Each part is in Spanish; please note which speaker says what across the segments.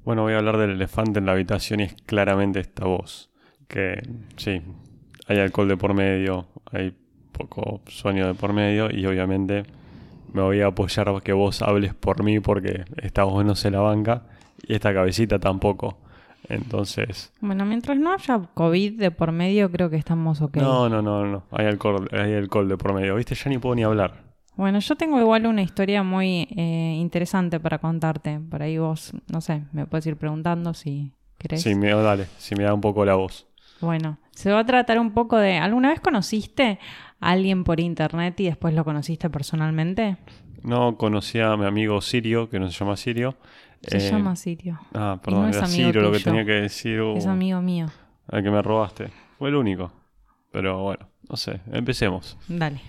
Speaker 1: Bueno, voy a hablar del elefante en la habitación y es claramente esta voz. Que sí, hay alcohol de por medio, hay poco sueño de por medio y obviamente me voy a apoyar a que vos hables por mí porque esta voz no se la banca y esta cabecita tampoco. Entonces...
Speaker 2: Bueno, mientras no haya COVID de por medio, creo que estamos ok.
Speaker 1: No. Hay alcohol de por medio. ¿Viste? Ya ni puedo ni hablar.
Speaker 2: Bueno, yo tengo igual una historia muy interesante para contarte. Por ahí vos, no sé, me puedes ir preguntando si querés.
Speaker 1: Sí, dale, si me da un poco la voz.
Speaker 2: Bueno, se va a tratar un poco de... ¿Alguna vez conociste a alguien por internet y después lo conociste personalmente?
Speaker 1: No conocía a mi amigo Sirio, que no se llama Sirio.
Speaker 2: Se llama Sirio.
Speaker 1: Perdón,
Speaker 2: no es
Speaker 1: era
Speaker 2: amigo
Speaker 1: Sirio lo que
Speaker 2: tuyo.
Speaker 1: tenía que decir.
Speaker 2: Es amigo mío.
Speaker 1: Al que me robaste. Fue el único. Pero bueno, no sé, empecemos.
Speaker 2: Dale.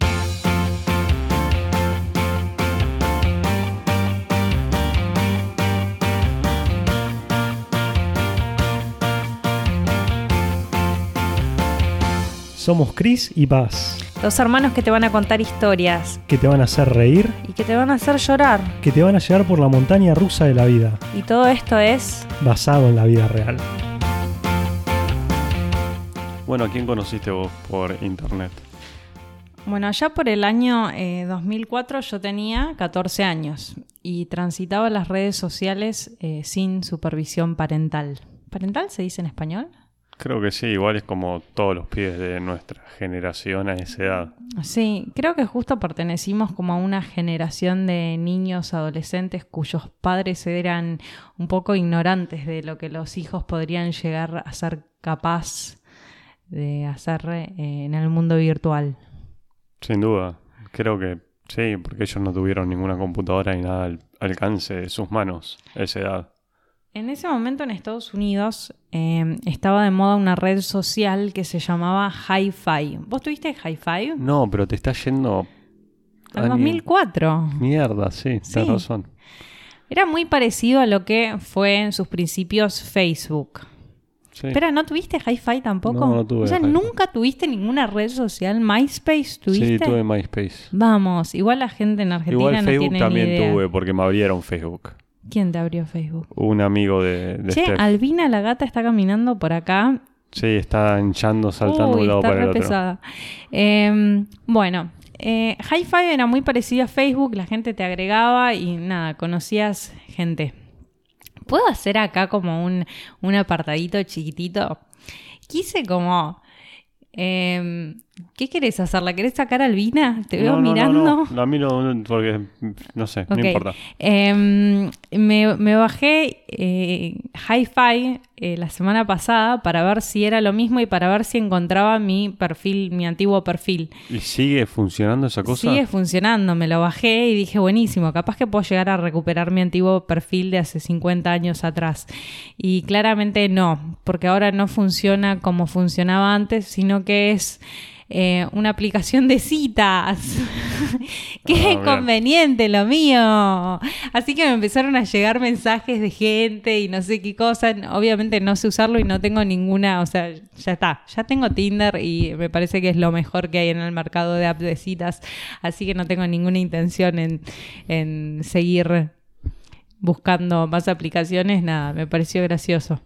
Speaker 3: Somos Chris y Paz,
Speaker 2: Dos hermanos que te van a contar historias
Speaker 3: que te van a hacer reír,
Speaker 2: y que te van a hacer llorar.
Speaker 3: que te van a llevar por la montaña rusa de la vida,
Speaker 2: Y todo esto es...
Speaker 3: basado en la vida real.
Speaker 1: Bueno, ¿a quién conociste vos por internet?
Speaker 2: Bueno, allá por el año 2004 yo tenía 14 años y transitaba las redes sociales sin supervisión parental. ¿Parental se dice en español?
Speaker 1: Creo que sí, igual es como todos los pibes de nuestra generación a esa edad.
Speaker 2: Sí, creo que justo pertenecimos como a una generación de niños, adolescentes cuyos padres eran un poco ignorantes de lo que los hijos podrían llegar a ser capaz de hacer en el mundo virtual.
Speaker 1: Sin duda, creo que sí, porque ellos no tuvieron ninguna computadora ni nada al alcance de sus manos a esa edad.
Speaker 2: En ese momento en Estados Unidos estaba de moda una red social que se llamaba Hi-Fi. ¿Vos tuviste Hi-Fi?
Speaker 1: No, pero te está yendo...
Speaker 2: En 2004.
Speaker 1: Mierda, sí,
Speaker 2: Sí.
Speaker 1: tenés razón.
Speaker 2: Era muy parecido a lo que fue en sus principios Facebook.
Speaker 1: Sí.
Speaker 2: Espera, ¿no tuviste Hi-Fi tampoco?
Speaker 1: No tuve
Speaker 2: O sea,
Speaker 1: Hi-Fi.
Speaker 2: ¿nunca tuviste ninguna red social? ¿MySpace tuviste?
Speaker 1: Sí, tuve MySpace.
Speaker 2: Vamos, igual la gente en Argentina
Speaker 1: Igual
Speaker 2: no
Speaker 1: Facebook
Speaker 2: tiene
Speaker 1: también
Speaker 2: ni idea.
Speaker 1: tuve porque me abrieron Facebook.
Speaker 2: ¿Quién te abrió Facebook?
Speaker 1: Un amigo de
Speaker 2: Che,
Speaker 1: Steph.
Speaker 2: Albina la gata está caminando por acá.
Speaker 1: Sí, está hinchando, saltando de un lado
Speaker 2: está
Speaker 1: para el
Speaker 2: re
Speaker 1: otro.
Speaker 2: pesada. Bueno, Hi-Fi era muy parecido a Facebook, la gente te agregaba y nada, conocías gente. ¿Puedo hacer acá como un apartadito chiquitito? Quise como... ¿qué querés hacer? ¿La querés sacar a Albina? Te veo mirando.
Speaker 1: No, a mí no, porque no sé,
Speaker 2: Ok.
Speaker 1: no importa.
Speaker 2: Me bajé Hi-Fi la semana pasada para ver si era lo mismo y para ver si encontraba mi perfil, mi antiguo perfil.
Speaker 1: ¿Y sigue funcionando esa cosa?
Speaker 2: Sigue funcionando, me lo bajé y dije buenísimo, capaz que puedo llegar a recuperar mi antiguo perfil de hace 50 años atrás. Y claramente no, porque ahora no funciona como funcionaba antes, sino que es... una aplicación de citas. Qué
Speaker 1: bien.
Speaker 2: conveniente lo mío. Así que me empezaron a llegar mensajes de gente y no sé qué cosa. Obviamente no sé usarlo y no tengo ninguna, o sea, ya está. Ya tengo Tinder y me parece que es lo mejor que hay en el mercado de apps de citas. Así que no tengo ninguna intención en seguir buscando más aplicaciones. Nada, me pareció gracioso.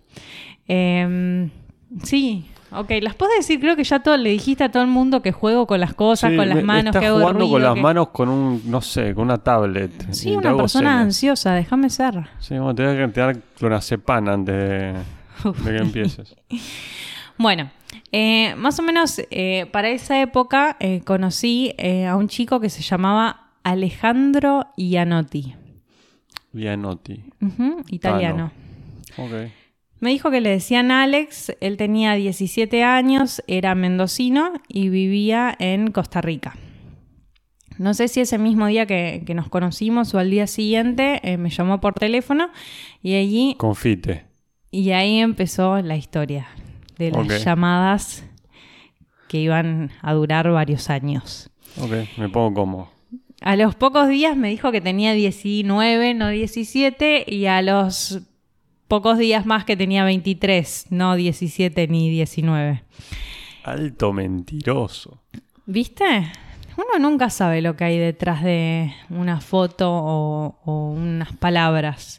Speaker 2: Sí. Ok, las puedo decir, creo que ya todo le dijiste a todo el mundo que juego con las cosas,
Speaker 1: Sí,
Speaker 2: con las manos,
Speaker 1: estás
Speaker 2: que hago
Speaker 1: jugando
Speaker 2: ruido.
Speaker 1: con las manos con un, no sé, con una tablet.
Speaker 2: Sí,
Speaker 1: Y te
Speaker 2: una
Speaker 1: hago
Speaker 2: persona
Speaker 1: señas.
Speaker 2: ansiosa, déjame ser.
Speaker 1: Sí, bueno, te voy a dar clonazepam antes de que empieces.
Speaker 2: Bueno, más o menos para esa época conocí a un chico que se llamaba Alejandro Iannotti.
Speaker 1: Gianotti.
Speaker 2: Italiano.
Speaker 1: Ok.
Speaker 2: Me dijo que le decían Alex, él tenía 17 años, era mendocino y vivía en Costa Rica. No sé si ese mismo día que nos conocimos o al día siguiente me llamó por teléfono y
Speaker 1: Confite.
Speaker 2: ahí empezó la historia de las llamadas que iban a durar varios años.
Speaker 1: Ok, me pongo cómodo.
Speaker 2: A los pocos días me dijo que tenía 19, no 17, y a los pocos días más que tenía 23, no 17 ni 19.
Speaker 1: Alto mentiroso.
Speaker 2: ¿Viste? Uno nunca sabe lo que hay detrás de una foto o unas palabras.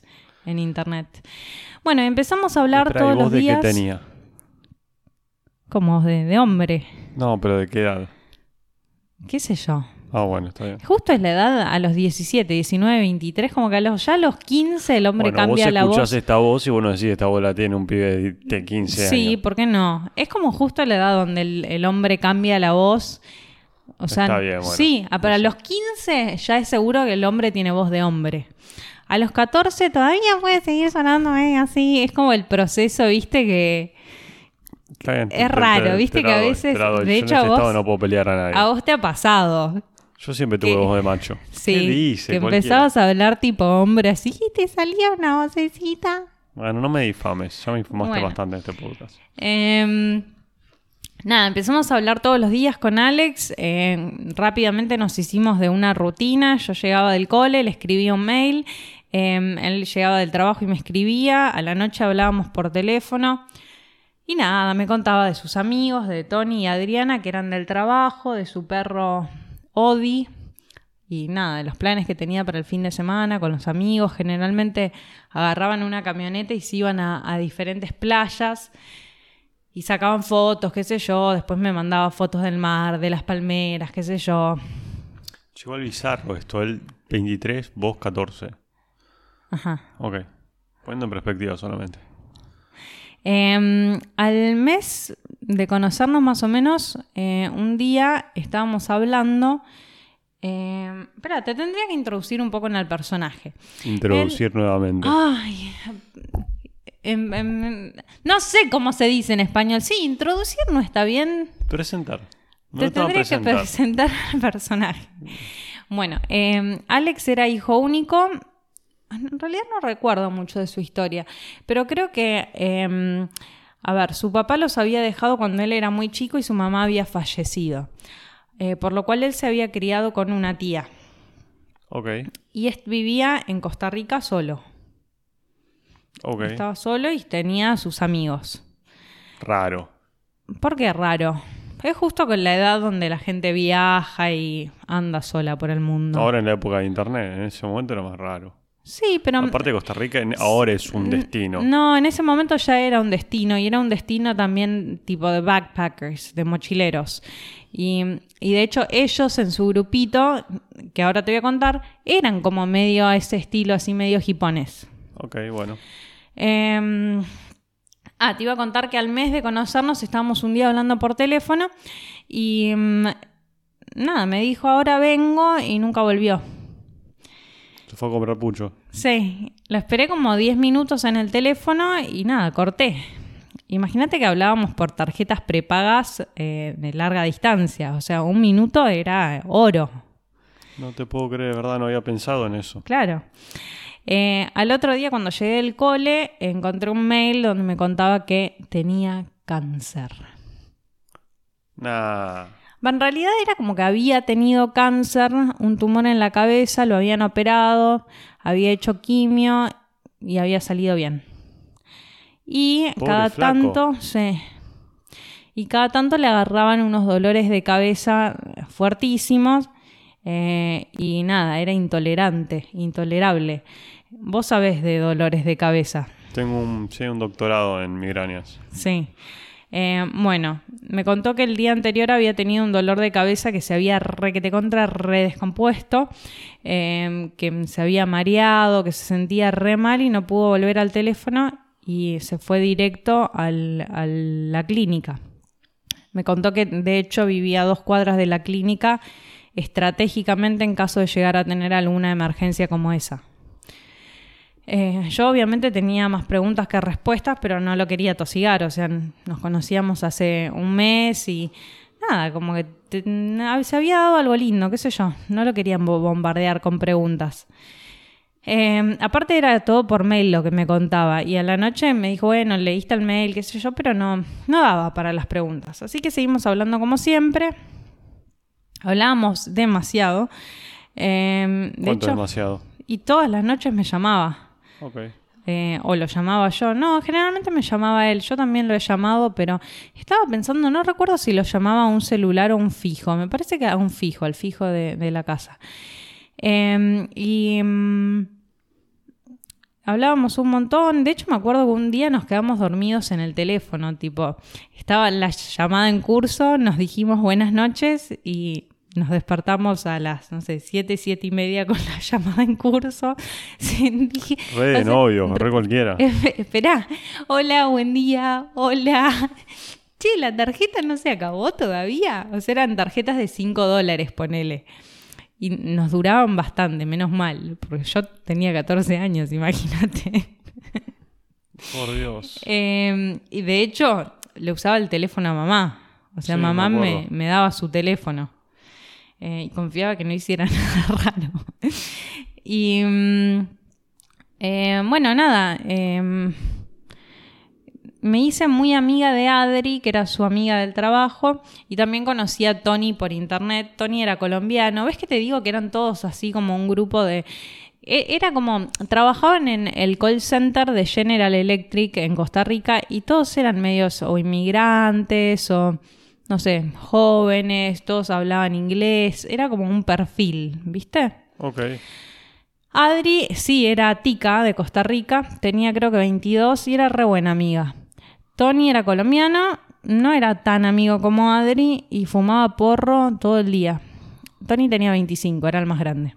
Speaker 2: en internet. Bueno, empezamos a hablar
Speaker 1: Espera, ¿y
Speaker 2: todos
Speaker 1: vos
Speaker 2: los
Speaker 1: de
Speaker 2: días.
Speaker 1: qué tenía?
Speaker 2: Como de hombre.
Speaker 1: No, pero ¿de qué edad?
Speaker 2: ¿Qué sé yo?
Speaker 1: Ah, bueno, está bien.
Speaker 2: Justo es la edad a los 17, 19, 23, como que ya a los 15 el hombre
Speaker 1: Bueno,
Speaker 2: cambia
Speaker 1: vos
Speaker 2: la
Speaker 1: escuchás
Speaker 2: voz.
Speaker 1: esta voz y vos no decís, esta voz la tiene un pibe de 15
Speaker 2: Sí,
Speaker 1: años.
Speaker 2: ¿por qué no? Es como justo la edad donde el hombre cambia la voz. O sea,
Speaker 1: Está bien, bueno.
Speaker 2: sí, pero a
Speaker 1: No sé.
Speaker 2: los 15 ya es seguro que el hombre tiene voz de hombre. A los 14 todavía puede seguir sonando así. Es como el proceso, viste, que
Speaker 1: Está bien,
Speaker 2: es raro, viste, que a veces,
Speaker 1: Yo
Speaker 2: de hecho,
Speaker 1: en
Speaker 2: a
Speaker 1: este
Speaker 2: vos,
Speaker 1: estado no puedo pelear a nadie.
Speaker 2: a vos te ha pasado.
Speaker 1: Yo siempre tuve
Speaker 2: que-
Speaker 1: voz de macho.
Speaker 2: Sí,
Speaker 1: ¿Qué dice?
Speaker 2: que
Speaker 1: Cualquiera.
Speaker 2: empezabas a hablar tipo hombre así y te salía una vocecita.
Speaker 1: Bueno, no me difames. Ya me difaste
Speaker 2: Bueno.
Speaker 1: bastante en este podcast.
Speaker 2: Nada, empezamos a hablar todos los días con Alex. Rápidamente nos hicimos de una rutina. Yo llegaba del cole, le escribía un mail. Él llegaba del trabajo y me escribía. A la noche hablábamos por teléfono. Y nada, me contaba de sus amigos, de Tony y Adriana, que eran del trabajo, de su perro Odi. Y nada, de los planes que tenía para el fin de semana con los amigos. Generalmente agarraban una camioneta y se iban a diferentes playas. Y sacaban fotos, qué sé yo. Después me mandaba fotos del mar, de las palmeras, qué sé yo.
Speaker 1: Llegó al bizarro esto. Él 23, vos 14.
Speaker 2: Ajá.
Speaker 1: Ok. Poniendo en perspectiva solamente.
Speaker 2: Al mes de conocernos más o menos, un día estábamos hablando. Espera, te tendría que introducir un poco en el personaje.
Speaker 1: Introducir nuevamente.
Speaker 2: Ay, no sé cómo se dice en español. Sí, introducir no está bien.
Speaker 1: Presentar. No
Speaker 2: Te
Speaker 1: estaba
Speaker 2: tendría que presentar al personaje. Bueno, Alex era hijo único. En realidad no recuerdo mucho de su historia, pero creo que, a ver, su papá los había dejado cuando él era muy chico y su mamá había fallecido, por lo cual él se había criado con una tía
Speaker 1: Ok.
Speaker 2: y vivía en Costa Rica solo.
Speaker 1: Ok.
Speaker 2: Estaba solo y tenía a sus amigos.
Speaker 1: Raro.
Speaker 2: ¿Por qué raro? Es justo con la edad donde la gente viaja y anda sola por el mundo.
Speaker 1: Ahora en la época de internet, en ese momento era más raro.
Speaker 2: Sí, pero...
Speaker 1: Aparte Costa Rica ahora es un destino.
Speaker 2: No, en ese momento ya era un destino y era un destino también tipo de backpackers, de mochileros. Y de hecho ellos en su grupito, que ahora te voy a contar, eran como medio a ese estilo, así medio hipones.
Speaker 1: Ok, bueno.
Speaker 2: Te iba a contar que al mes de conocernos estábamos un día hablando por teléfono y nada, me dijo ahora vengo y nunca volvió.
Speaker 1: Se fue a comprar pucho.
Speaker 2: Sí, lo esperé como 10 minutos en el teléfono y nada, corté. Imagínate que hablábamos por tarjetas prepagas de larga distancia, o sea, 1 minuto era oro.
Speaker 1: No te puedo creer, de verdad, no había pensado en eso.
Speaker 2: Claro. Al otro día cuando llegué del cole encontré un mail donde me contaba que tenía cáncer.
Speaker 1: Nah.
Speaker 2: En realidad era como que había tenido cáncer, un tumor en la cabeza, lo habían operado, había hecho quimio y había salido bien. Y
Speaker 1: Pobre
Speaker 2: cada
Speaker 1: flaco.
Speaker 2: tanto, sí. Y cada tanto le agarraban unos dolores de cabeza fuertísimos y nada, era intolerable. Vos sabés de dolores de cabeza.
Speaker 1: Tengo un doctorado en migrañas.
Speaker 2: Sí. Bueno, me contó que el día anterior había tenido un dolor de cabeza que se había redescompuesto, que se había mareado, que se sentía re mal y no pudo volver al teléfono y se fue directo a la clínica. Me contó que de hecho vivía a 2 cuadras de la clínica estratégicamente en caso de llegar a tener alguna emergencia como esa. Yo obviamente tenía más preguntas que respuestas, pero no lo quería tosigar, o sea, nos conocíamos hace un mes y nada, como que se había dado algo lindo, qué sé yo, no lo querían bombardear con preguntas. Aparte era todo por mail lo que me contaba y a la noche me dijo, bueno, leíste el mail, qué sé yo, pero no daba para las preguntas, así que seguimos hablando como siempre, hablábamos demasiado. De
Speaker 1: ¿Cuánto
Speaker 2: hecho,
Speaker 1: demasiado?
Speaker 2: y todas las noches me llamaba.
Speaker 1: Ok.
Speaker 2: O lo llamaba yo. No, generalmente me llamaba él. Yo también lo he llamado, pero estaba pensando, no recuerdo si lo llamaba a un celular o un fijo. Me parece que a un fijo, al fijo de la casa. hablábamos un montón. De hecho, me acuerdo que un día nos quedamos dormidos en el teléfono. Tipo, estaba la llamada en curso, nos dijimos buenas noches y nos despertamos a las, no sé, 7:30 con la llamada en curso. Sí, dije,
Speaker 1: Re de novio, re cualquiera.
Speaker 2: Esperá. Hola, buen día. Hola. Che, la tarjeta no se acabó todavía. O sea, eran tarjetas de $5, ponele. Y nos duraban bastante, menos mal. Porque yo tenía 14 años, imagínate.
Speaker 1: Por Dios.
Speaker 2: Y de hecho, le usaba el teléfono a mamá. O sea,
Speaker 1: Sí,
Speaker 2: mamá
Speaker 1: me acuerdo.
Speaker 2: me daba su teléfono. Y confiaba que no hiciera nada raro. Y bueno, nada. Me hice muy amiga de Adri, que era su amiga del trabajo, y también conocí a Tony por internet. Tony era colombiano. ¿Ves que te digo que eran todos así como un grupo de... Era como... Trabajaban en el call center de General Electric en Costa Rica y todos eran medios o inmigrantes o, no sé, jóvenes, todos hablaban inglés. Era como un perfil, ¿viste?
Speaker 1: Ok.
Speaker 2: Adri, sí, era tica de Costa Rica, tenía creo que 22 y era re buena amiga. Tony era colombiano, no era tan amigo como Adri y fumaba porro todo el día. Tony tenía 25, era el más grande.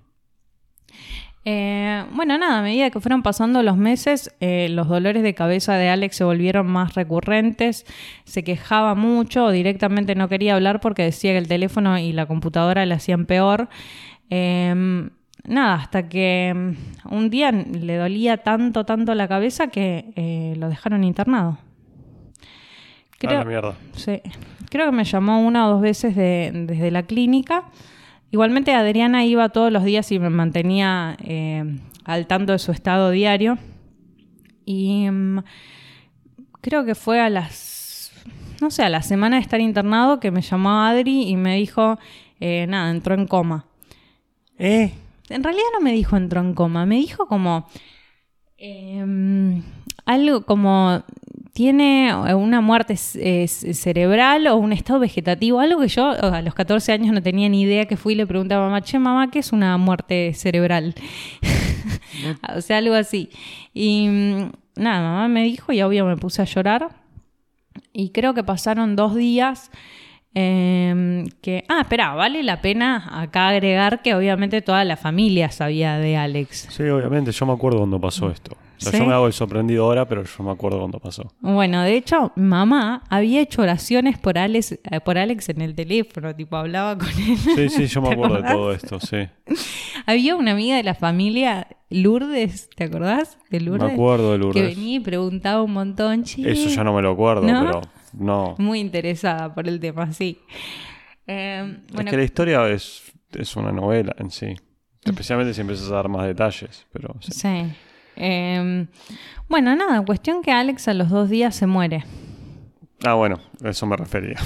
Speaker 2: Bueno, nada, a medida que fueron pasando los meses, los dolores de cabeza de Alex se volvieron más recurrentes, se quejaba mucho o directamente no quería hablar porque decía que el teléfono y la computadora le hacían peor. Nada, hasta que un día le dolía tanto la cabeza que lo dejaron internado.
Speaker 1: A la mierda.
Speaker 2: Sí, creo que me llamó 1 o 2 veces desde la clínica. Igualmente Adriana iba todos los días y me mantenía al tanto de su estado diario. Y creo que fue a la semana de estar internado que me llamó Adri y me dijo, nada, entró en coma. En realidad no me dijo entró en coma, me dijo como algo como tiene una muerte cerebral o un estado vegetativo, algo que yo a los 14 años no tenía ni idea, que fui y le pregunté a mamá, che, mamá, ¿qué es una muerte cerebral? O sea, algo así. Y nada, mamá me dijo y obvio me puse a llorar y creo que pasaron 2 días. Espera, vale la pena acá agregar que obviamente toda la familia sabía de Alex.
Speaker 1: Sí, obviamente, yo me acuerdo cuando pasó esto. O sea,
Speaker 2: ¿Sí?
Speaker 1: yo me hago el sorprendido ahora, pero yo me acuerdo cuando pasó.
Speaker 2: Bueno, de hecho, mamá había hecho oraciones por Alex en el teléfono, tipo hablaba con él.
Speaker 1: Sí, yo me
Speaker 2: ¿Te
Speaker 1: acuerdo de
Speaker 2: acordás?
Speaker 1: todo esto, sí.
Speaker 2: Había una amiga de la familia, Lourdes, ¿te acordás de Lourdes?
Speaker 1: Me acuerdo de
Speaker 2: Que
Speaker 1: Lourdes.
Speaker 2: venía y preguntaba un montón. Che,
Speaker 1: Eso ya no me lo acuerdo,
Speaker 2: ¿no?
Speaker 1: pero no.
Speaker 2: Muy interesada por el tema, sí.
Speaker 1: Es
Speaker 2: Bueno,
Speaker 1: que la historia es una novela en sí. Especialmente si empiezas a dar más detalles, pero sí.
Speaker 2: sí. Bueno, nada, cuestión que Alex a los 2 días se muere.
Speaker 1: Ah, bueno, a eso me refería.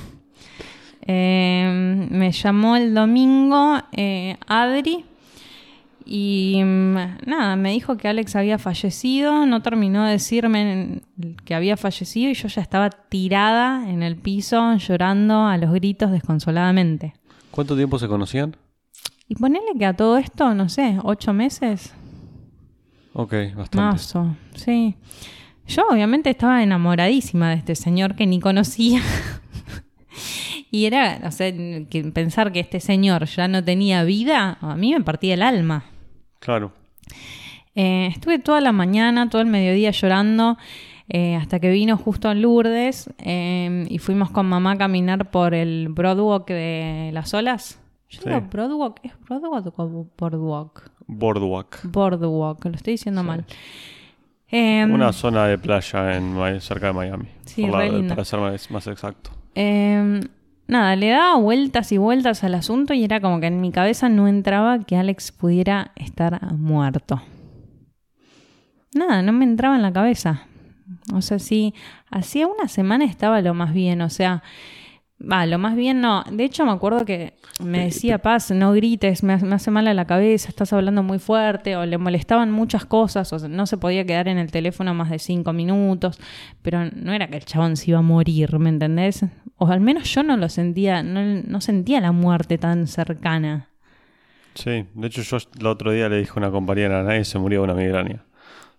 Speaker 2: Me llamó el domingo Adri y nada, me dijo que Alex había fallecido, no terminó de decirme que había fallecido y yo ya estaba tirada en el piso llorando a los gritos desconsoladamente.
Speaker 1: ¿Cuánto tiempo se conocían?
Speaker 2: Y ponele que a todo esto, no sé, 8 meses.
Speaker 1: Ok, bastante.
Speaker 2: Mazo, sí. Yo obviamente estaba enamoradísima de este señor que ni conocía. Y era, o sea, que pensar que este señor ya no tenía vida, a mí me partía el alma.
Speaker 1: Claro.
Speaker 2: Estuve toda la mañana, todo el mediodía llorando, hasta que vino justo en Lourdes y fuimos con mamá a caminar por el Boardwalk de Las Olas. Yo
Speaker 1: Sí.
Speaker 2: digo Boardwalk, ¿es Boardwalk o Boardwalk?
Speaker 1: Boardwalk.
Speaker 2: Boardwalk, lo estoy diciendo
Speaker 1: Sí.
Speaker 2: mal.
Speaker 1: Una zona de playa cerca de Miami.
Speaker 2: Sí, re linda.
Speaker 1: Para ser más exacto.
Speaker 2: Nada, le daba vueltas y vueltas al asunto y era como que en mi cabeza no entraba que Alex pudiera estar muerto. Nada, no me entraba en la cabeza. O sea, sí, hacía una semana estaba lo más bien, o sea, lo más bien no. De hecho, me acuerdo que me decía, Paz, no grites, me hace mal a la cabeza, estás hablando muy fuerte, o le molestaban muchas cosas, o sea, no se podía quedar en el teléfono más de 5 minutos, pero no era que el chabón se iba a morir, ¿me entendés? O al menos yo no lo sentía, no sentía la muerte tan cercana.
Speaker 1: Sí, de hecho yo el otro día le dije a una compañera, nadie se murió de una migraña. O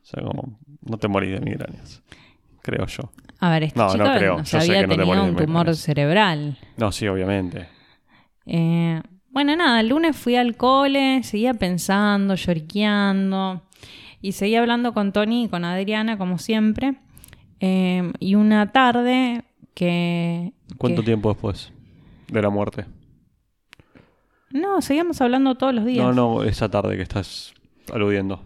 Speaker 1: sea, como, no te morís de migrañas. Creo yo.
Speaker 2: A ver, este
Speaker 1: No,
Speaker 2: chico
Speaker 1: no creo.
Speaker 2: no
Speaker 1: Yo sé
Speaker 2: había
Speaker 1: que no te
Speaker 2: tenido
Speaker 1: morís de
Speaker 2: un tumor
Speaker 1: migrañas.
Speaker 2: cerebral.
Speaker 1: No, sí, obviamente.
Speaker 2: Bueno, nada, el lunes fui al cole, seguía pensando, lloriqueando y seguía hablando con Tony y con Adriana, como siempre. Y una tarde
Speaker 1: ¿Cuánto
Speaker 2: que-
Speaker 1: tiempo después de la muerte?
Speaker 2: No, seguíamos hablando todos los días.
Speaker 1: No, esa tarde que estás aludiendo.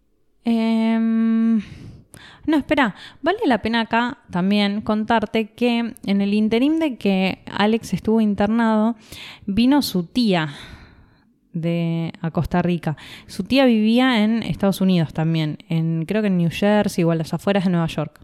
Speaker 2: No, espera, vale la pena acá también contarte que en el interín de que Alex estuvo internado, vino su tía a Costa Rica. Su tía vivía en Estados Unidos también, creo que en New Jersey o a las afueras de Nueva York.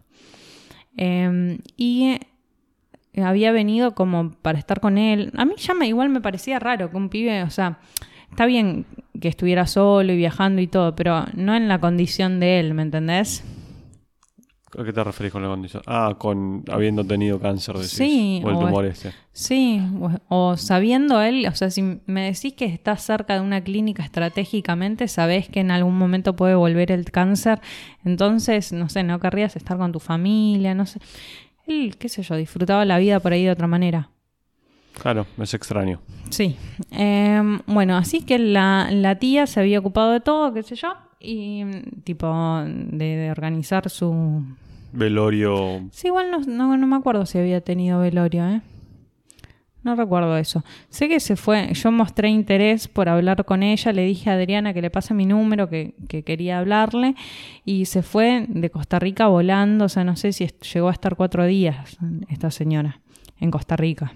Speaker 2: Y había venido como para estar con él. A mí igual me parecía raro que un pibe, o sea, está bien que estuviera solo y viajando y todo, pero no en la condición de él, ¿me entendés?
Speaker 1: ¿A qué te referís con la condición? Con habiendo tenido cáncer, decís.
Speaker 2: Sí,
Speaker 1: O el tumor este.
Speaker 2: Sí, o sabiendo él, o sea, si me decís que estás cerca de una clínica estratégicamente, sabés que en algún momento puede volver el cáncer, entonces, no sé, no querrías estar con tu familia, no sé. Él, qué sé yo, disfrutaba la vida por ahí de otra manera.
Speaker 1: Claro, es extraño.
Speaker 2: Sí. Bueno, así que la tía se había ocupado de todo, qué sé yo, y tipo de organizar su...
Speaker 1: Velorio.
Speaker 2: Sí, igual no me acuerdo si había tenido velorio, ¿eh? No recuerdo eso. Sé que se fue. Yo mostré interés por hablar con ella. Le dije a Adriana que le pase mi número, que quería hablarle. Y se fue de Costa Rica volando. O sea, no sé si llegó a estar 4 días esta señora en Costa Rica.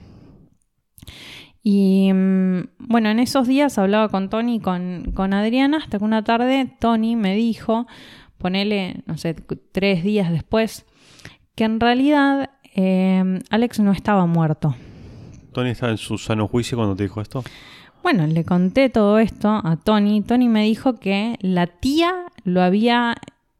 Speaker 2: Y bueno, en esos días hablaba con Tony y con Adriana. Hasta que una tarde Tony me dijo, ponele, no sé, 3 días después, que en realidad Alex no estaba muerto.
Speaker 1: ¿Tony estaba en su sano juicio cuando te dijo esto?
Speaker 2: Bueno, le conté todo esto a Tony. Tony me dijo que la tía lo había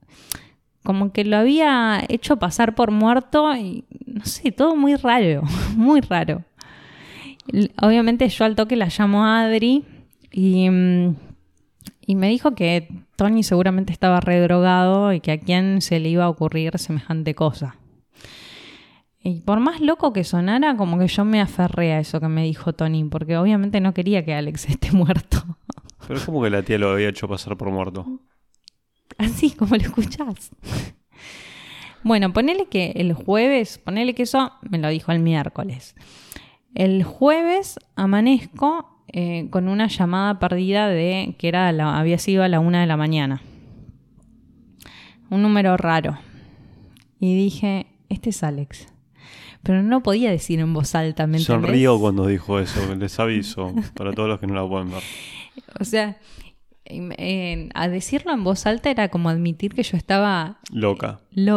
Speaker 2: hecho pasar por muerto y no sé, todo muy raro, muy raro. Obviamente yo al toque la llamo a Adri y me dijo que Tony seguramente estaba redrogado y que a quién se le iba a ocurrir semejante cosa. Y por más loco que sonara, como que yo me aferré a eso que me dijo Tony, porque obviamente no quería que Alex esté muerto.
Speaker 1: Pero es como que la tía lo había hecho pasar por muerto.
Speaker 2: Así como lo escuchás. Bueno, ponele que eso me lo dijo el miércoles. El jueves amanezco con una llamada perdida que había sido a la 1 de la mañana. Un número raro. Y dije, este es Alex. Pero no podía decir en voz alta, ¿me entendés?
Speaker 1: Sonrío cuando dijo eso, les aviso, para todos los que no la pueden ver.
Speaker 2: O sea, a decirlo en voz alta era como admitir que yo estaba...
Speaker 1: Loca.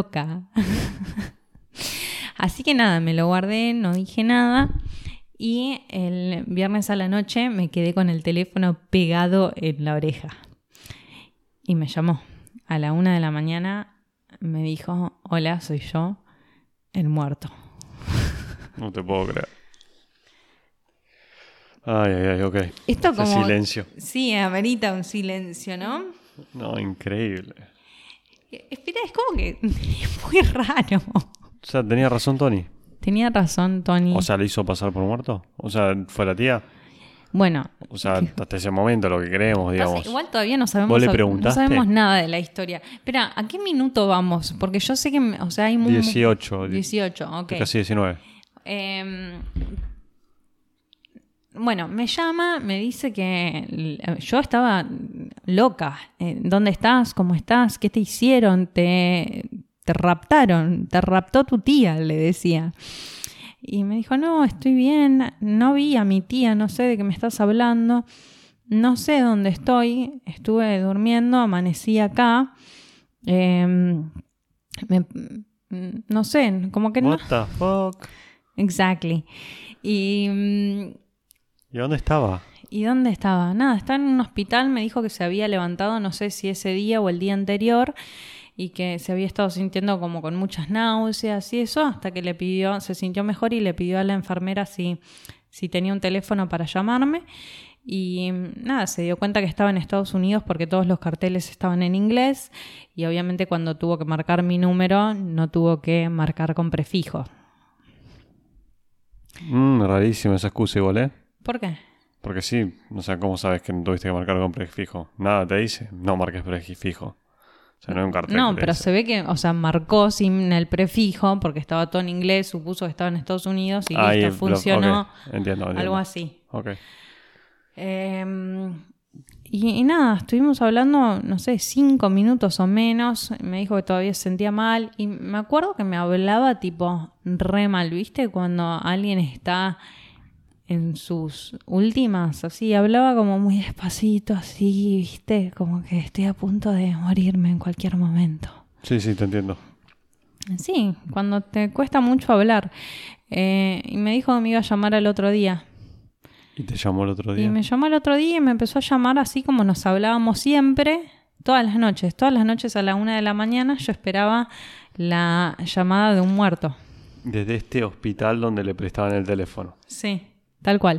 Speaker 2: Así que nada, me lo guardé, no dije nada. Y el viernes a la noche me quedé con el teléfono pegado en la oreja. Y me llamó. A la 1 de la mañana me dijo, hola, soy yo, el muerto.
Speaker 1: No te puedo creer. Ay, ok.
Speaker 2: Esto
Speaker 1: Ese
Speaker 2: como...
Speaker 1: silencio.
Speaker 2: Sí, amerita un silencio, ¿no?
Speaker 1: No, increíble.
Speaker 2: Espera, es como que es muy raro.
Speaker 1: O sea, tenía razón Tony.
Speaker 2: Tenía razón, Tony.
Speaker 1: O sea, ¿le hizo pasar por muerto? O sea, ¿fue la tía?
Speaker 2: Bueno.
Speaker 1: O sea, hasta ese momento lo que creemos, digamos.
Speaker 2: Igual todavía no sabemos,
Speaker 1: ¿Vos le preguntaste?
Speaker 2: no sabemos nada de la historia. Espera, ¿a qué minuto vamos? Porque yo sé que, o sea, hay
Speaker 1: 18.
Speaker 2: 18, ok.
Speaker 1: Casi 19.
Speaker 2: Bueno, me llama, me dice que yo estaba loca. ¿Dónde estás? ¿Cómo estás? ¿Qué te hicieron? Te raptaron. Te raptó tu tía, le decía. Y me dijo, no, estoy bien. No vi a mi tía, no sé de qué me estás hablando. No sé dónde estoy. Estuve durmiendo, amanecí acá. No sé, como que
Speaker 1: What the fuck?
Speaker 2: Exactly. ¿Y
Speaker 1: dónde estaba?
Speaker 2: ¿Y dónde estaba? Nada, estaba en un hospital, me dijo que se había levantado, no sé si ese día o el día anterior, y que se había estado sintiendo como con muchas náuseas y eso, hasta que se sintió mejor y le pidió a la enfermera si tenía un teléfono para llamarme. Y nada, se dio cuenta que estaba en Estados Unidos porque todos los carteles estaban en inglés y obviamente cuando tuvo que marcar mi número no tuvo que marcar con prefijo.
Speaker 1: Rarísima esa excusa igual, ¿eh?
Speaker 2: ¿Por qué?
Speaker 1: Porque sí, o sea, ¿cómo sabes que no tuviste que marcar con prefijo? Nada te dice, no marques prefijo. O sea, no hay un cartel.
Speaker 2: No,
Speaker 1: que te
Speaker 2: pero
Speaker 1: dice.
Speaker 2: se ve que, o sea, marcó sin el prefijo porque estaba todo en inglés, supuso que estaba en Estados Unidos y
Speaker 1: Ahí
Speaker 2: listo, funcionó.
Speaker 1: ok, entiendo.
Speaker 2: Algo así.
Speaker 1: Ok.
Speaker 2: Y nada, estuvimos hablando, no sé, 5 minutos o menos. Me dijo que todavía se sentía mal. Y me acuerdo que me hablaba tipo re mal, ¿viste? Cuando alguien está en sus últimas, así, hablaba como muy despacito, así, ¿viste? Como que estoy a punto de morirme en cualquier momento.
Speaker 1: Sí, te entiendo.
Speaker 2: Sí, cuando te cuesta mucho hablar. Y me dijo que me iba a llamar al otro día.
Speaker 1: ¿Y te llamó el otro día?
Speaker 2: Y me llamó el otro día y me empezó a llamar así como nos hablábamos siempre, todas las noches. Todas las noches a la 1 de la mañana yo esperaba la llamada de un muerto.
Speaker 1: Desde este hospital donde le prestaban el teléfono.
Speaker 2: Sí, tal cual.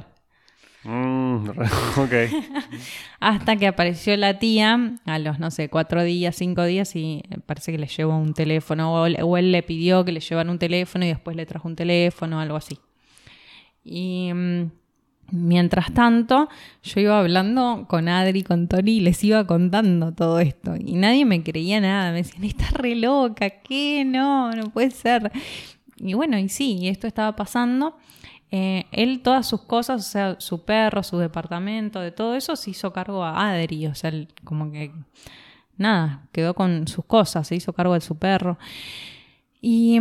Speaker 1: Ok.
Speaker 2: Hasta que apareció la tía a los, no sé, 4 días, 5 días y parece que le llevó un teléfono o él le pidió que le llevaran un teléfono y después le trajo un teléfono, algo así. Y mientras tanto, yo iba hablando con Adri, con Tori y les iba contando todo esto. Y nadie me creía nada. Me decían, estás re loca, ¿qué? No puede ser. Y bueno, y sí, y esto estaba pasando. Él todas sus cosas, o sea, su perro, su departamento, de todo eso se hizo cargo a Adri. O sea, como que nada, quedó con sus cosas, se hizo cargo de su perro. Y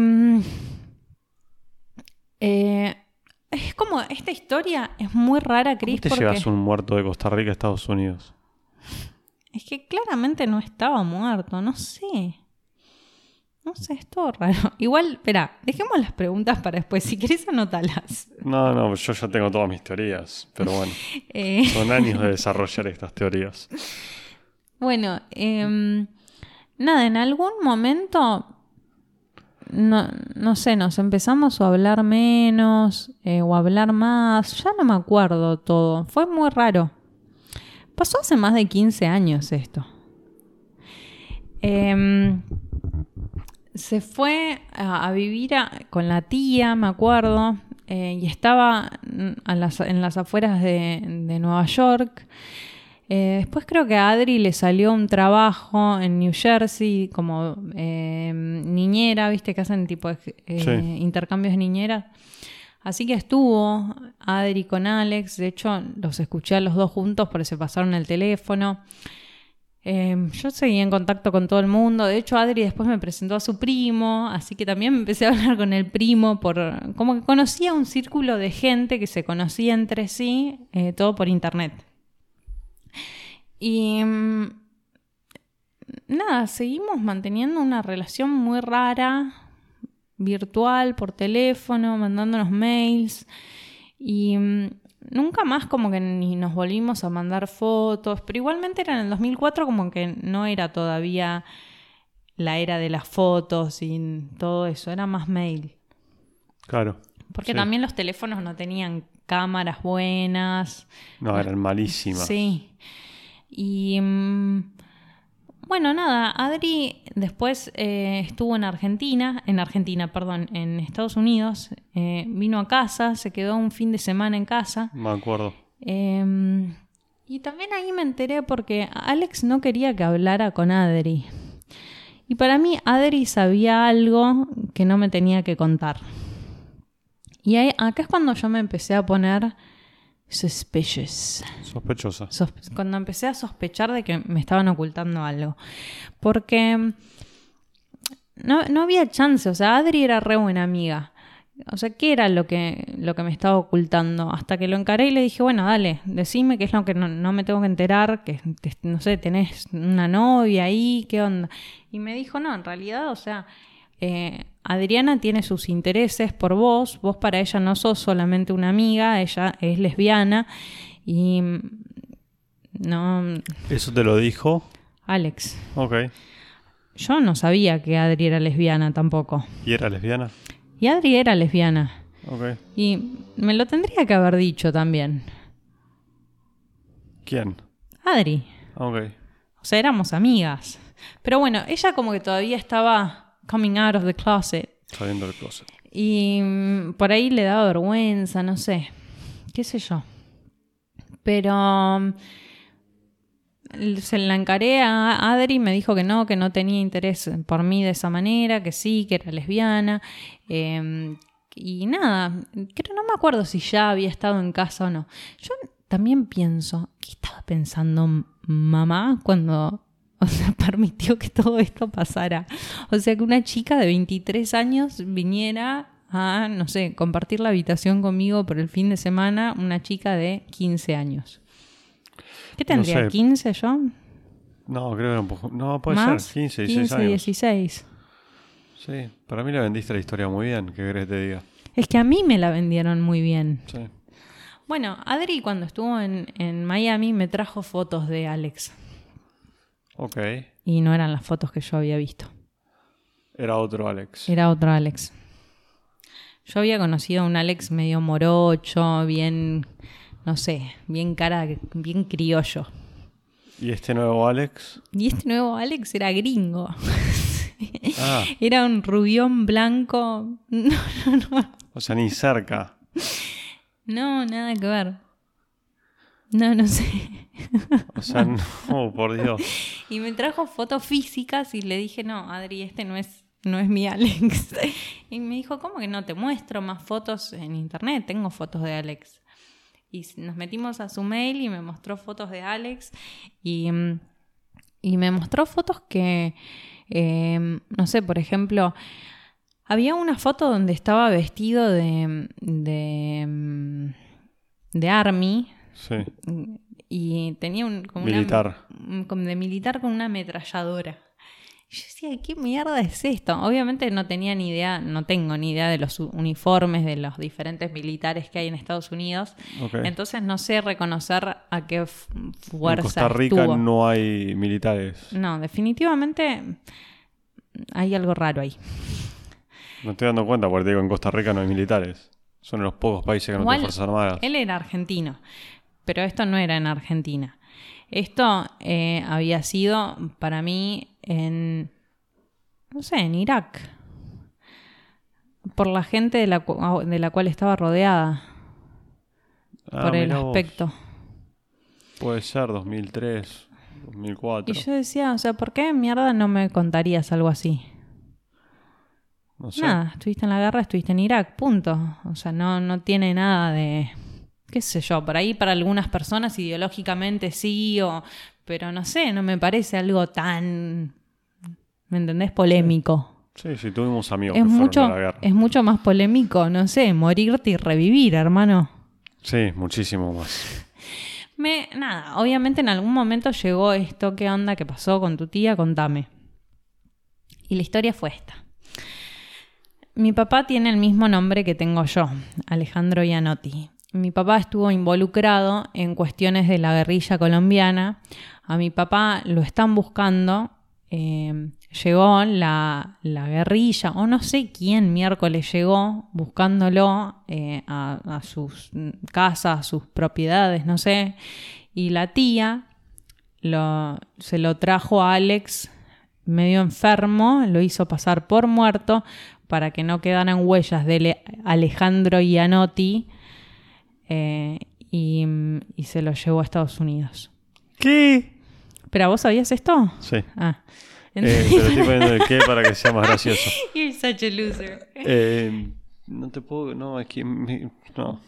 Speaker 2: es como, esta historia es muy rara, Cris,
Speaker 1: ¿Cómo te
Speaker 2: porque
Speaker 1: llevas un muerto de Costa Rica a Estados Unidos?
Speaker 2: es que claramente no estaba muerto, no sé. No sé, es todo raro. Igual, espera, dejemos las preguntas para después. Si querés, anotalas.
Speaker 1: No, yo ya tengo todas mis teorías. Pero bueno, son años de desarrollar estas teorías.
Speaker 2: Bueno, nada, en algún momento, no sé, nos empezamos a hablar menos o a hablar más. Ya no me acuerdo todo. Fue muy raro. Pasó hace más de 15 años esto. Se fue a vivir con la tía, me acuerdo, y estaba en las afueras de Nueva York. Después creo que a Adri le salió un trabajo en New Jersey como niñera, viste que hacen tipo
Speaker 1: Sí.
Speaker 2: intercambios de niñeras. Así que estuvo Adri con Alex, de hecho los escuché a los dos juntos porque se pasaron el teléfono. Yo seguí en contacto con todo el mundo. De hecho, Adri después me presentó a su primo, así que también me empecé a hablar con el primo como que conocía un círculo de gente que se conocía entre sí, todo por internet. Y nada, seguimos manteniendo una relación muy rara, virtual, por teléfono, mandándonos mails y nunca más como que ni nos volvimos a mandar fotos, pero igualmente era en el 2004 como que no era todavía la era de las fotos y todo eso, era más mail.
Speaker 1: Claro.
Speaker 2: Porque
Speaker 1: sí.
Speaker 2: también los teléfonos no tenían cámaras buenas.
Speaker 1: No, eran malísimas.
Speaker 2: Sí. Y bueno, nada, Adri después estuvo en Estados Unidos, vino a casa, se quedó un fin de semana en casa.
Speaker 1: Me acuerdo.
Speaker 2: Y también ahí me enteré porque Alex no quería que hablara con Adri. Y para mí Adri sabía algo que no me tenía que contar. Y acá es cuando yo me empecé a poner suspicious.
Speaker 1: Sospechosa.
Speaker 2: Cuando empecé a sospechar de que me estaban ocultando algo. Porque no había chance. O sea, Adri era re buena amiga. O sea, ¿qué era lo que me estaba ocultando? Hasta que lo encaré y le dije, bueno, dale, decime qué es lo que no me tengo que enterar. Que, no sé, tenés una novia ahí, ¿qué onda? Y me dijo, no, en realidad, o sea, Adriana tiene sus intereses por vos. Vos para ella no sos solamente una amiga, ella es lesbiana. Y no...
Speaker 1: ¿Eso te lo dijo?
Speaker 2: Alex.
Speaker 1: Ok.
Speaker 2: Yo no sabía que Adri era lesbiana tampoco.
Speaker 1: ¿Y era lesbiana?
Speaker 2: Y Adri era lesbiana.
Speaker 1: Ok.
Speaker 2: Y me lo tendría que haber dicho también.
Speaker 1: ¿Quién?
Speaker 2: Adri.
Speaker 1: Ok.
Speaker 2: O sea, éramos amigas. Pero bueno, ella como que todavía estaba coming out of the closet.
Speaker 1: Saliendo del closet.
Speaker 2: Y por ahí le daba vergüenza, no sé. Qué sé yo. Pero se la encaré a Adri y me dijo que no tenía interés por mí de esa manera, que sí, que era lesbiana. Y nada, no me acuerdo si ya había estado en casa o no. Yo también pienso, ¿qué estaba pensando mamá cuando, o sea, permitió que todo esto pasara? O sea, que una chica de 23 años viniera a, no sé, compartir la habitación conmigo por el fin de semana, una chica de 15 años. ¿Qué tendría?
Speaker 1: No sé.
Speaker 2: ¿15 yo?
Speaker 1: No, creo que era un poco... No, puede
Speaker 2: ¿Más?
Speaker 1: ser, 15, 16 años.
Speaker 2: 16.
Speaker 1: Sí, para mí le vendiste la historia muy bien, ¿qué querés que te diga?
Speaker 2: Es que a mí me la vendieron muy bien.
Speaker 1: Sí.
Speaker 2: Bueno, Adri cuando estuvo en Miami me trajo fotos de Alex.
Speaker 1: Ok.
Speaker 2: Y no eran las fotos que yo había visto.
Speaker 1: Era otro Alex.
Speaker 2: Era otro Alex. Yo había conocido a un Alex medio morocho, bien, no sé, bien criollo.
Speaker 1: ¿Y este nuevo Alex?
Speaker 2: Y este nuevo Alex era gringo.
Speaker 1: Ah,
Speaker 2: Era un rubión blanco. No.
Speaker 1: o sea, ni cerca.
Speaker 2: No, nada que ver. No sé.
Speaker 1: O sea, no, por Dios.
Speaker 2: Y me trajo fotos físicas y le dije, no, Adri, este no es mi Alex. Y me dijo, ¿cómo que no te muestro más fotos en internet? Tengo fotos de Alex. Y nos metimos a su mail y me mostró fotos de Alex. Y me mostró fotos que, no sé, por ejemplo, había una foto donde estaba vestido de army.
Speaker 1: Sí.
Speaker 2: Y tenía como
Speaker 1: Militar.
Speaker 2: como de militar con una ametralladora. Y yo decía, ¿qué mierda es esto? Obviamente no tenía ni idea, no tengo ni idea de los uniformes de los diferentes militares que hay en Estados Unidos.
Speaker 1: Okay.
Speaker 2: Entonces no sé reconocer a qué fuerza
Speaker 1: En Costa Rica
Speaker 2: estuvo.
Speaker 1: no hay militares.
Speaker 2: No, definitivamente hay algo raro ahí.
Speaker 1: Me estoy dando cuenta porque te digo, en Costa Rica no hay militares. Son los pocos países que no
Speaker 2: Igual,
Speaker 1: tienen fuerzas armadas.
Speaker 2: Él era argentino, pero esto no era en Argentina. Esto había sido para mí no sé, en Irak. Por la gente de la cual estaba rodeada. Por el
Speaker 1: mirá vos.
Speaker 2: aspecto.
Speaker 1: Puede ser 2003, 2004.
Speaker 2: Y yo decía, o sea, ¿por qué mierda no me contarías algo así?
Speaker 1: No sé.
Speaker 2: Nada, estuviste en la guerra, estuviste en Irak, punto. O sea, no tiene nada de... qué sé yo, por ahí para algunas personas ideológicamente sí, pero no sé, no me parece algo tan, ¿me entendés? Polémico.
Speaker 1: Sí, tuvimos amigos
Speaker 2: Es
Speaker 1: que
Speaker 2: mucho,
Speaker 1: fueron a la guerra.
Speaker 2: es mucho más polémico, no sé, morirte y revivir, hermano.
Speaker 1: Sí, muchísimo más.
Speaker 2: Nada, obviamente en algún momento llegó esto, ¿qué onda? ¿Qué pasó con tu tía? Contame. Y la historia fue esta. Mi papá tiene el mismo nombre que tengo yo, Alejandro Iannotti. Mi papá estuvo involucrado en cuestiones de la guerrilla colombiana. A mi papá lo están buscando. Llegó la guerrilla, o no sé quién miércoles llegó buscándolo a sus casas, a sus propiedades, no sé. Y la tía se lo trajo a Alex medio enfermo, lo hizo pasar por muerto para que no quedaran huellas de Alejandro Iannotti. Y se lo llevó a Estados Unidos.
Speaker 1: ¿Qué?
Speaker 2: ¿Pero vos sabías esto?
Speaker 1: Sí.
Speaker 2: Ah.
Speaker 1: Pero estoy poniendo el qué para que sea más gracioso.
Speaker 2: You're such a loser.
Speaker 1: No te puedo... No, es que... No.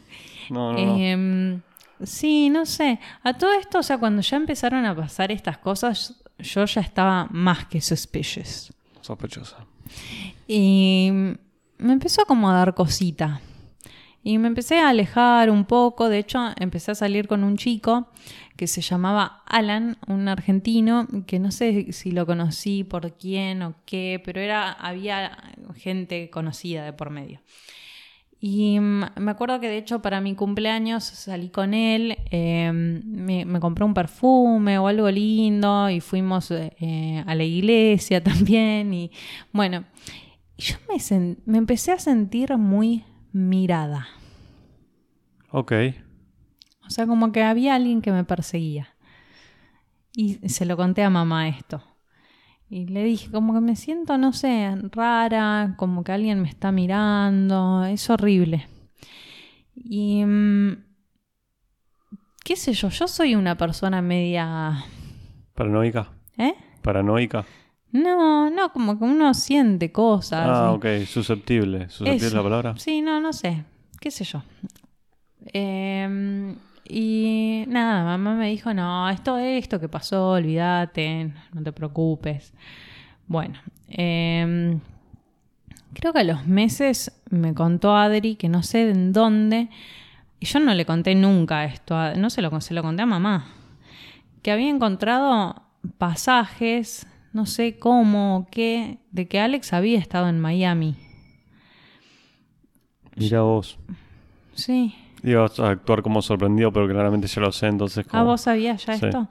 Speaker 2: Sí, no sé. A todo esto, o sea, cuando ya empezaron a pasar estas cosas, yo ya estaba más que suspicious.
Speaker 1: Sospechosa.
Speaker 2: Y me empezó como a dar cosita. Y me empecé a alejar un poco. De hecho, empecé a salir con un chico que se llamaba Alan, un argentino, que no sé si lo conocí por quién o qué, pero había gente conocida de por medio. Y me acuerdo que de hecho para mi cumpleaños salí con él, me compré un perfume o algo lindo y fuimos a la iglesia también. Y bueno, yo me empecé a sentir muy mirada.
Speaker 1: Ok.
Speaker 2: O sea, como que había alguien que me perseguía. Y se lo conté a mamá esto. Y le dije, como que me siento, no sé, rara, como que alguien me está mirando, es horrible. Y qué sé yo soy una persona media...
Speaker 1: ¿Paranoica?
Speaker 2: ¿Eh?
Speaker 1: ¿Paranoica?
Speaker 2: No, como que uno siente cosas.
Speaker 1: Ah,
Speaker 2: y...
Speaker 1: ok, susceptible. ¿Susceptible es la palabra?
Speaker 2: Sí, no sé, qué sé yo. Y nada, mamá me dijo, no, esto que pasó, olvídate, no te preocupes. Bueno, creo que a los meses me contó Adri, que no sé en dónde, y yo no le conté nunca esto, no se lo conté a mamá, que había encontrado pasajes, no sé cómo o qué, de que Alex había estado en Miami.
Speaker 1: Mira vos.
Speaker 2: Sí.
Speaker 1: Ibas a actuar como sorprendido, pero claramente ya lo sé, entonces como...
Speaker 2: Ah, ¿vos sabías ya
Speaker 1: Sí.
Speaker 2: esto?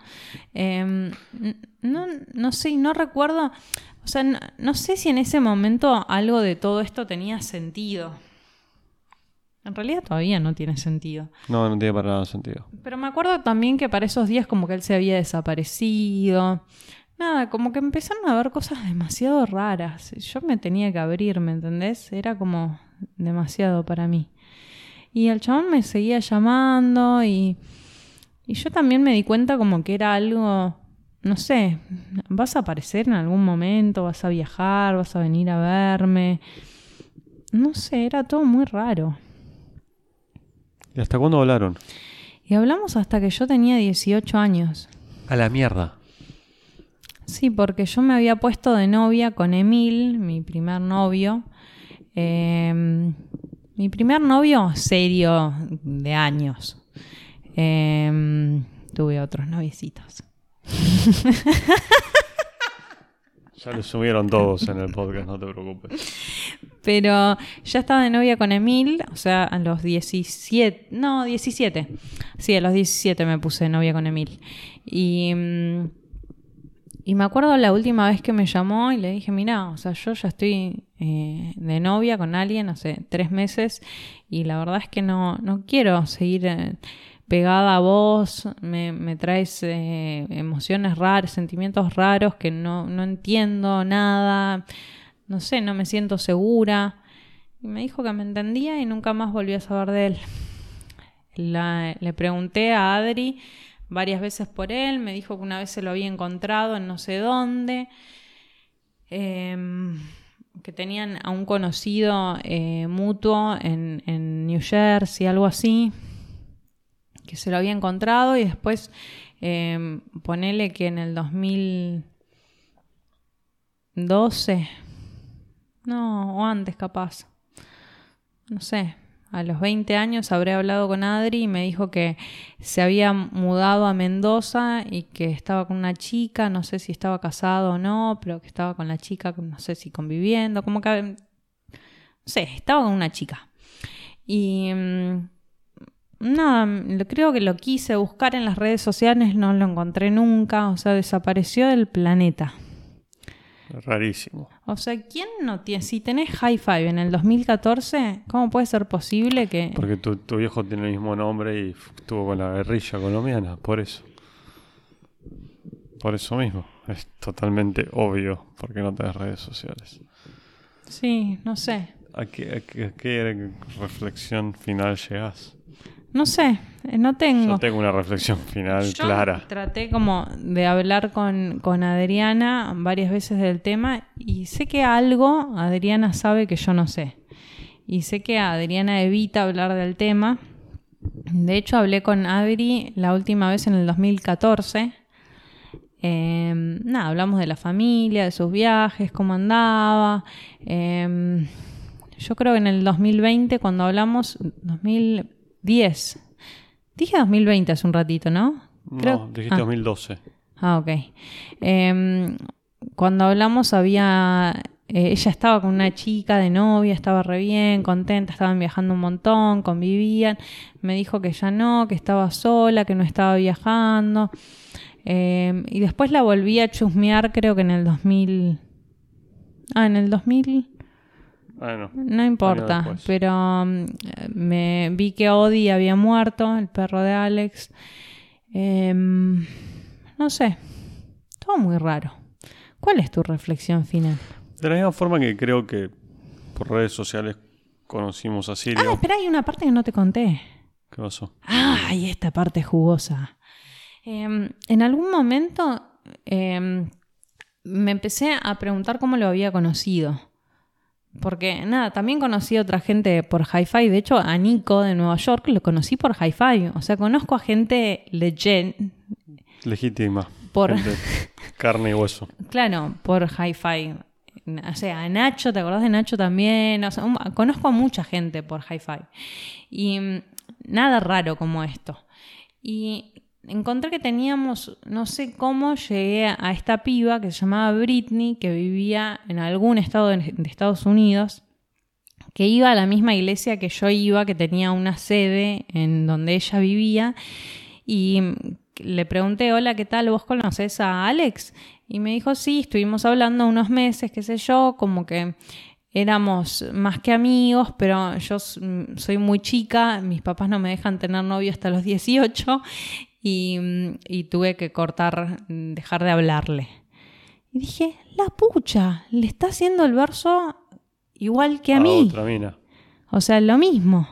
Speaker 2: No sé, no recuerdo, o sea, no sé si en ese momento algo de todo esto tenía sentido. En realidad todavía no tiene sentido.
Speaker 1: No tiene para nada sentido.
Speaker 2: Pero me acuerdo también que para esos días como que él se había desaparecido. Nada, como que empezaron a ver cosas demasiado raras. Yo me tenía que abrir, ¿me entendés? Era como demasiado para mí. Y el chabón me seguía llamando y yo también me di cuenta como que era algo, no sé, vas a aparecer en algún momento, vas a viajar, vas a venir a verme. No sé, era todo muy raro.
Speaker 1: ¿Y hasta cuándo hablaron?
Speaker 2: Y hablamos hasta que yo tenía 18 años.
Speaker 1: A la mierda.
Speaker 2: Sí, porque yo me había puesto de novia con Emil, mi primer novio. Mi primer novio serio de años. Tuve otros noviecitos.
Speaker 1: Ya lo subieron todos en el podcast, no te preocupes.
Speaker 2: Pero ya estaba de novia con Emil, o sea, a los 17. No, 17. Sí, a los 17 me puse de novia con Emil. Y me acuerdo la última vez que me llamó y le dije, mirá, o sea, yo ya estoy de novia con alguien hace 3 meses y la verdad es que no quiero seguir pegada a vos, me traes emociones raras, sentimientos raros que no entiendo nada, no sé, no me siento segura. Y me dijo que me entendía y nunca más volví a saber de él. Le pregunté a Adri varias veces por él, me dijo que una vez se lo había encontrado en no sé dónde, que tenían a un conocido mutuo en New Jersey, algo así, que se lo había encontrado y después ponele que en el 2012, no, o antes capaz, no sé, a los 20 años habré hablado con Adri y me dijo que se había mudado a Mendoza y que estaba con una chica, no sé si estaba casado o no, pero que estaba con la chica, no sé si conviviendo, como que, no sé, estaba con una chica. Y nada, creo que lo quise buscar en las redes sociales, no lo encontré nunca, o sea, desapareció del planeta.
Speaker 1: Rarísimo.
Speaker 2: O sea, ¿quién no tiene? Si tenés High Five en el 2014, ¿cómo puede ser posible que...?
Speaker 1: Porque tu viejo tiene el mismo nombre y estuvo con la guerrilla colombiana, por eso. Por eso mismo. Es totalmente obvio porque no tenés redes sociales.
Speaker 2: Sí, no sé.
Speaker 1: ¿A qué reflexión final llegás?
Speaker 2: No sé, no tengo.
Speaker 1: Yo tengo una reflexión final
Speaker 2: Yo
Speaker 1: clara.
Speaker 2: traté como de hablar con Adriana varias veces del tema y sé que algo Adriana sabe que yo no sé. Y sé que Adriana evita hablar del tema. De hecho, hablé con Adri la última vez en el 2014. Nada, hablamos de la familia, de sus viajes, cómo andaba. Yo creo que en el 2020, cuando hablamos, 2010. Dije 2020 hace un ratito, ¿no?
Speaker 1: No, dijiste 2012.
Speaker 2: Ah, ok. Cuando hablamos ella estaba con una chica de novia, estaba re bien, contenta, estaban viajando un montón, convivían. Me dijo que ya no, que estaba sola, que no estaba viajando. Y después la volví a chusmear, creo que en el 2000... en el 2000...
Speaker 1: Bueno,
Speaker 2: No importa,
Speaker 1: años después.
Speaker 2: pero me vi que Odie había muerto, el perro de Alex. No sé, todo muy raro. ¿Cuál es tu reflexión final?
Speaker 1: De la misma forma que creo que por redes sociales conocimos a Sirio.
Speaker 2: Espera, hay una parte que no te conté.
Speaker 1: ¿Qué pasó?
Speaker 2: Ay, esta parte jugosa. En algún momento me empecé a preguntar cómo lo había conocido. Porque, nada, también conocí a otra gente por Hi-Fi. De hecho, a Nico de Nueva York lo conocí por Hi-Fi. O sea, conozco a gente
Speaker 1: Legítima.
Speaker 2: Por-
Speaker 1: Gente, carne y hueso.
Speaker 2: claro, por Hi-Fi. O sea, a Nacho, ¿te acordás de Nacho también? O sea, conozco a mucha gente por Hi-Fi. Y nada raro como esto. Y encontré que teníamos, no sé cómo, llegué a esta piba que se llamaba Britney, que vivía en algún estado de Estados Unidos, que iba a la misma iglesia que yo iba, que tenía una sede en donde ella vivía. Y le pregunté, hola, ¿qué tal? ¿Vos conocés a Alex? Y me dijo, sí, estuvimos hablando unos meses, qué sé yo, como que éramos más que amigos, pero yo soy muy chica, mis papás no me dejan tener novio hasta los 18 y tuve que dejar de hablarle. Y dije, la pucha, le está haciendo el verso igual que a mí.
Speaker 1: Otra mina.
Speaker 2: O sea, lo mismo.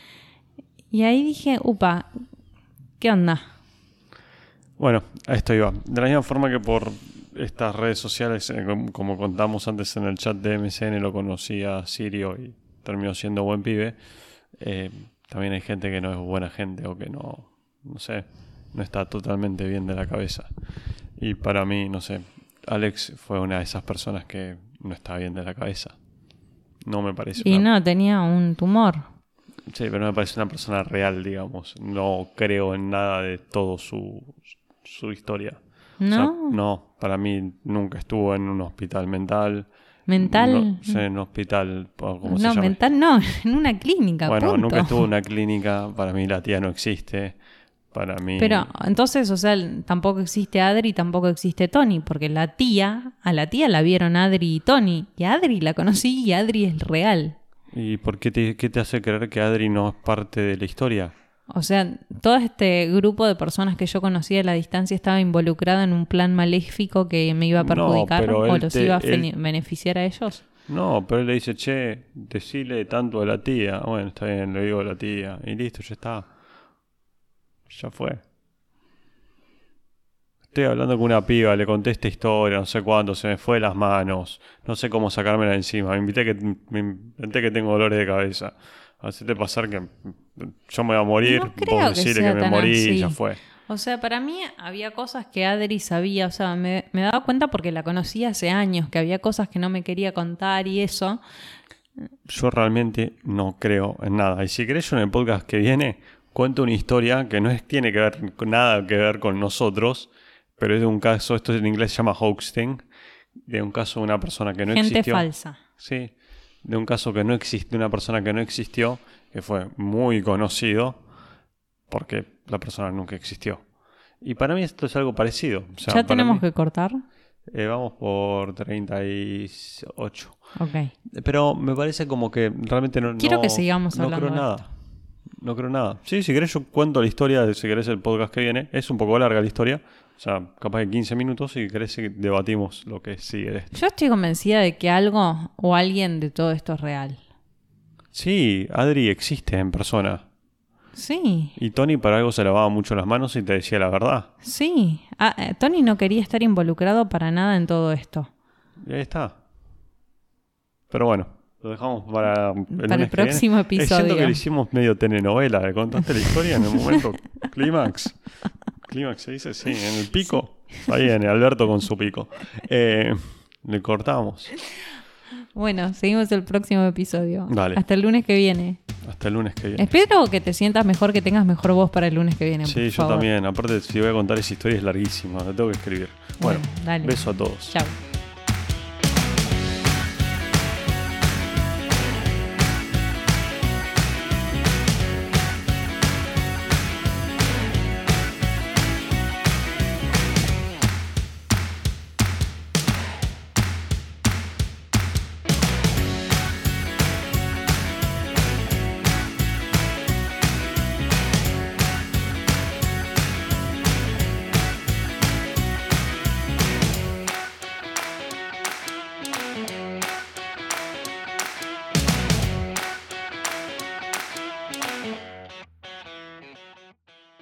Speaker 2: Y ahí dije, upa, ¿qué onda?
Speaker 1: Bueno, a esto iba. De la misma forma que por estas redes sociales, como contamos antes en el chat de MSN, lo conocí a Sirio y terminó siendo buen pibe. También hay gente que no es buena gente o que no sé, no está totalmente bien de la cabeza. Y para mí, no sé, Alex fue una de esas personas que no está bien de la cabeza. No me parece
Speaker 2: Y no, tenía un tumor.
Speaker 1: Sí, pero no me parece una persona real, digamos. No creo en nada de todo su historia.
Speaker 2: ¿No?
Speaker 1: O sea, no, para mí nunca estuvo en un hospital mental.
Speaker 2: ¿Mental?
Speaker 1: No, sí, en un hospital, ¿cómo se
Speaker 2: No,
Speaker 1: llama?
Speaker 2: mental no, en una clínica,
Speaker 1: Bueno,
Speaker 2: punto.
Speaker 1: nunca estuvo en una clínica. Para mí la tía no existe. Para mí...
Speaker 2: Pero entonces, o sea, tampoco existe Adri, tampoco existe Tony, porque a la tía la vieron Adri y Tony, y a Adri la conocí y Adri es real.
Speaker 1: ¿Y por qué te hace creer que Adri no es parte de la historia?
Speaker 2: O sea, todo este grupo de personas que yo conocía a la distancia estaba involucrado en un plan maléfico que me iba a perjudicar
Speaker 1: pero
Speaker 2: o
Speaker 1: él
Speaker 2: los iba a beneficiar a ellos.
Speaker 1: No, pero él le dice, che, decile tanto a la tía. Bueno, está bien, le digo a la tía. Y listo, ya está. Ya fue. Estoy hablando con una piba, le conté esta historia, no sé cuánto, se me fue de las manos. No sé cómo sacármela encima. Me inventé que tengo dolores de cabeza. Hacete pasar que yo me voy a morir.
Speaker 2: No creo
Speaker 1: vos
Speaker 2: que
Speaker 1: decirle
Speaker 2: sea
Speaker 1: que me
Speaker 2: tan
Speaker 1: morí y
Speaker 2: así.
Speaker 1: ya fue.
Speaker 2: O sea, para mí había cosas que Adri sabía, o sea, me daba cuenta porque la conocía hace años, que había cosas que no me quería contar y eso.
Speaker 1: Yo realmente no creo en nada. Y si querés, yo en el podcast que viene cuento una historia que tiene que ver nada que ver con nosotros, pero es de un caso, esto en inglés se llama hoaxing, de un caso de una persona que no
Speaker 2: Gente
Speaker 1: existió.
Speaker 2: falsa.
Speaker 1: Sí, de un caso que no existe, de una persona que no existió, que fue muy conocido porque la persona nunca existió. Y para mí esto es algo parecido. O sea,
Speaker 2: ¿Ya
Speaker 1: para
Speaker 2: tenemos
Speaker 1: mí,
Speaker 2: que cortar?
Speaker 1: vamos por 38.
Speaker 2: Ok.
Speaker 1: Pero me parece como que realmente
Speaker 2: Quiero que sigamos
Speaker 1: no
Speaker 2: hablando
Speaker 1: creo
Speaker 2: de
Speaker 1: nada. No creo nada. Sí, si querés yo cuento la historia, si querés el podcast que viene. Es un poco larga la historia. O sea, capaz de 15 minutos. Si querés debatimos lo que sigue de esto.
Speaker 2: Yo estoy convencida de que algo o alguien de todo esto es real.
Speaker 1: Sí, Adri existe en persona.
Speaker 2: Sí,
Speaker 1: Y Tony para algo se lavaba mucho las manos y te decía la verdad.
Speaker 2: sí. Tony no quería estar involucrado para nada en todo esto.
Speaker 1: Y ahí está. Pero bueno, lo dejamos para el lunes
Speaker 2: el
Speaker 1: que
Speaker 2: próximo
Speaker 1: viene. Siento
Speaker 2: episodio.
Speaker 1: que le hicimos medio telenovela. Le contaste la historia en el momento clímax. Clímax se dice, sí, en el pico. Ahí viene Alberto con su pico. Le cortamos.
Speaker 2: Bueno, seguimos el próximo episodio.
Speaker 1: Dale.
Speaker 2: Hasta el lunes que viene.
Speaker 1: Hasta el lunes que viene.
Speaker 2: Espero que te sientas mejor, que tengas mejor voz para el lunes que viene.
Speaker 1: Sí,
Speaker 2: por
Speaker 1: yo
Speaker 2: favor.
Speaker 1: también. Aparte, si voy a contar esa historia es larguísima. La tengo que escribir. Bueno,
Speaker 2: Dale.
Speaker 1: beso a todos.
Speaker 2: Chao.